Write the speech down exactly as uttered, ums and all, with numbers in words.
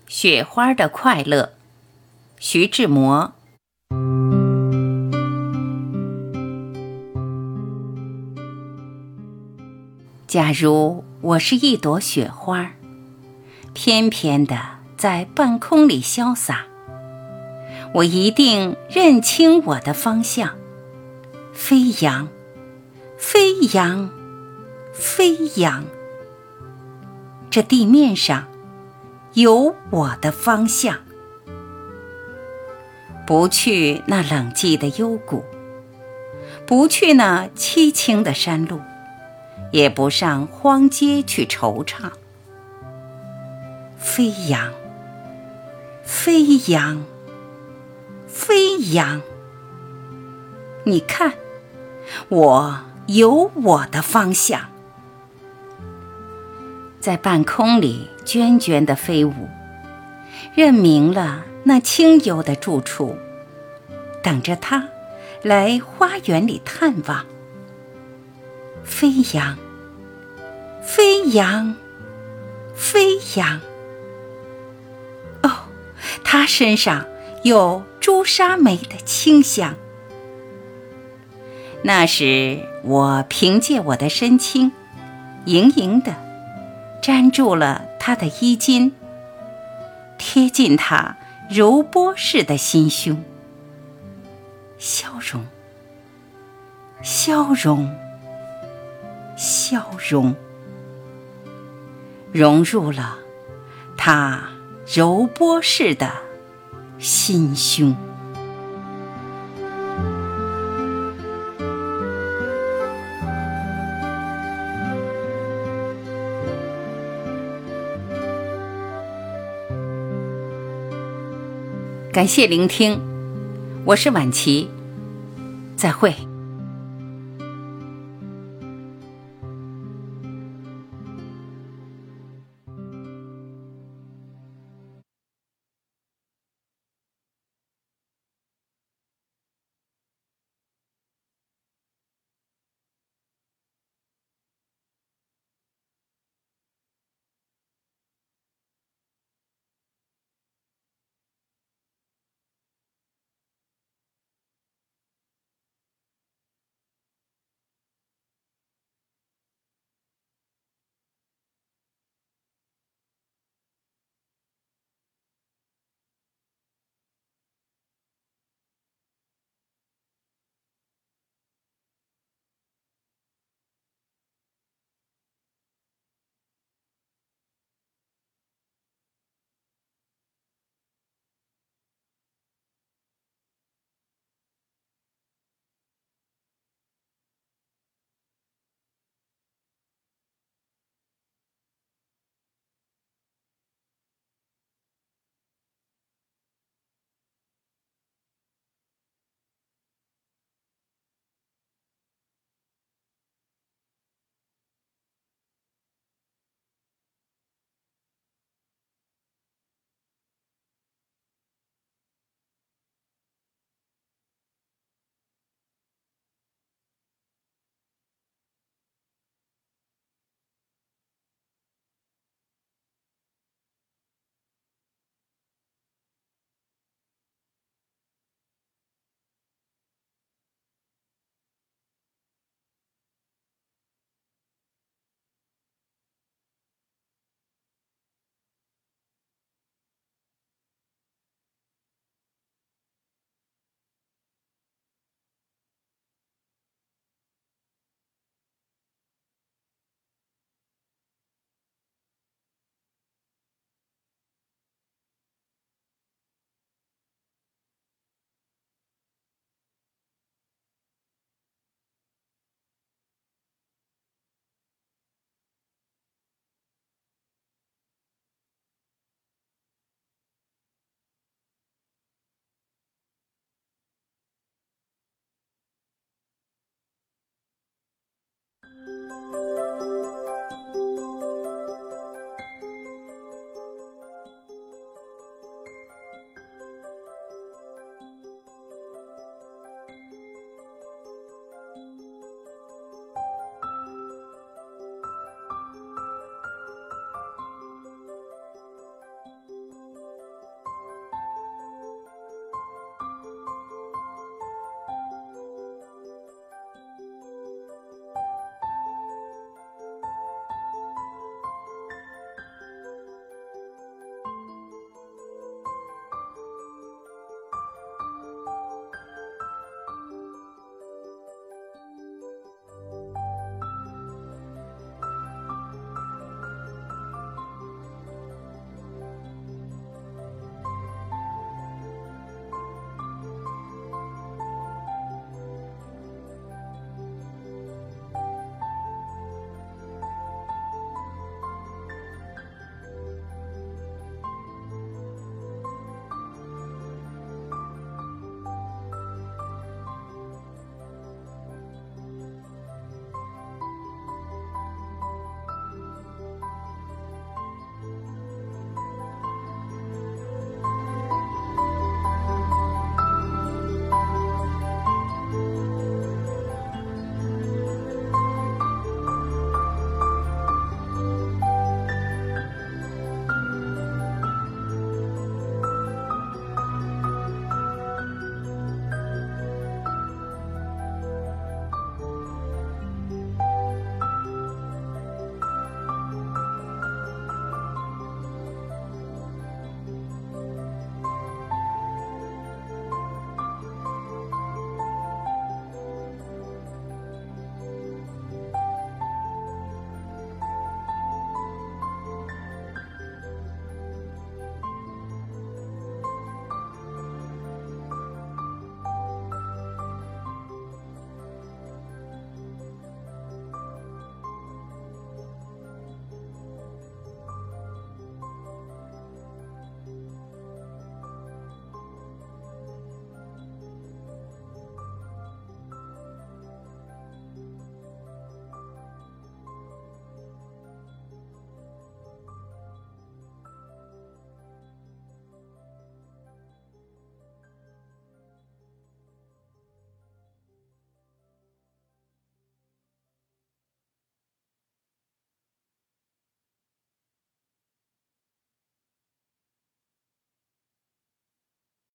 雪花的快乐，徐志摩。假如我是一朵雪花，翩翩地在半空里潇洒，我一定认清我的方向，飞扬，飞扬，飞扬。这地面上有我的方向，不去那冷寂的幽谷，不去那凄清的山路，也不上荒街去惆怅。飞扬，飞扬，飞扬。你看，我有我的方向，在半空里涓涓地飞舞，认明了那清幽的住处，等着它来花园里探望。飞扬，飞扬，飞扬。哦，它身上有朱砂梅的清香。那时我凭借我的身轻，盈盈地粘住了他的衣襟，贴近他柔波似的心胸，消融，消融，消融，融入了他柔波似的心胸。感谢聆听，我是婉琪，再会。